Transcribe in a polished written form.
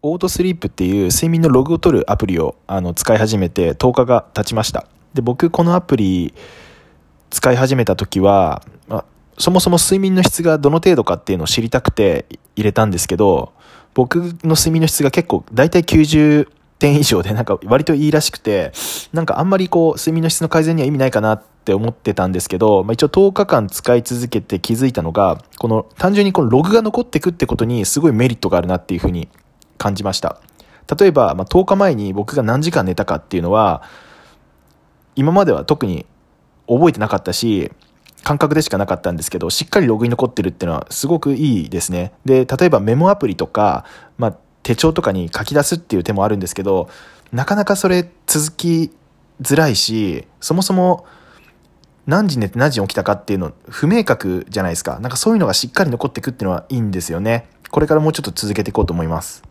オートスリープっていう睡眠のログを取るアプリを使い始めて10日が経ちました。で、僕このアプリ使い始めた時は、そもそも睡眠の質がどの程度かっていうのを知りたくて入れたんですけど、僕の睡眠の質が結構だいたい90点以上でなんか割といいらしくて、なんかあんまり睡眠の質の改善には意味ないかなって思ってたんですけど、一応10日間使い続けて気づいたのが、単純にこのログが残ってくってことにすごいメリットがあるなっていうふうに感じました。例えば、10日前に僕が何時間寝たかっていうのは、今までは特に覚えてなかったし、感覚でしかなかったんですけど、しっかりログに残ってるっていうのはすごくいいですね。で、例えばメモアプリとか、手帳とかに書き出すっていう手もあるんですけど、なかなかそれ続きづらいし、そもそも何時寝て何時に起きたかっていうの不明確じゃないですか。なんかそういうのがしっかり残ってくっていうのはいいんですよね。これからもうちょっと続けていこうと思います。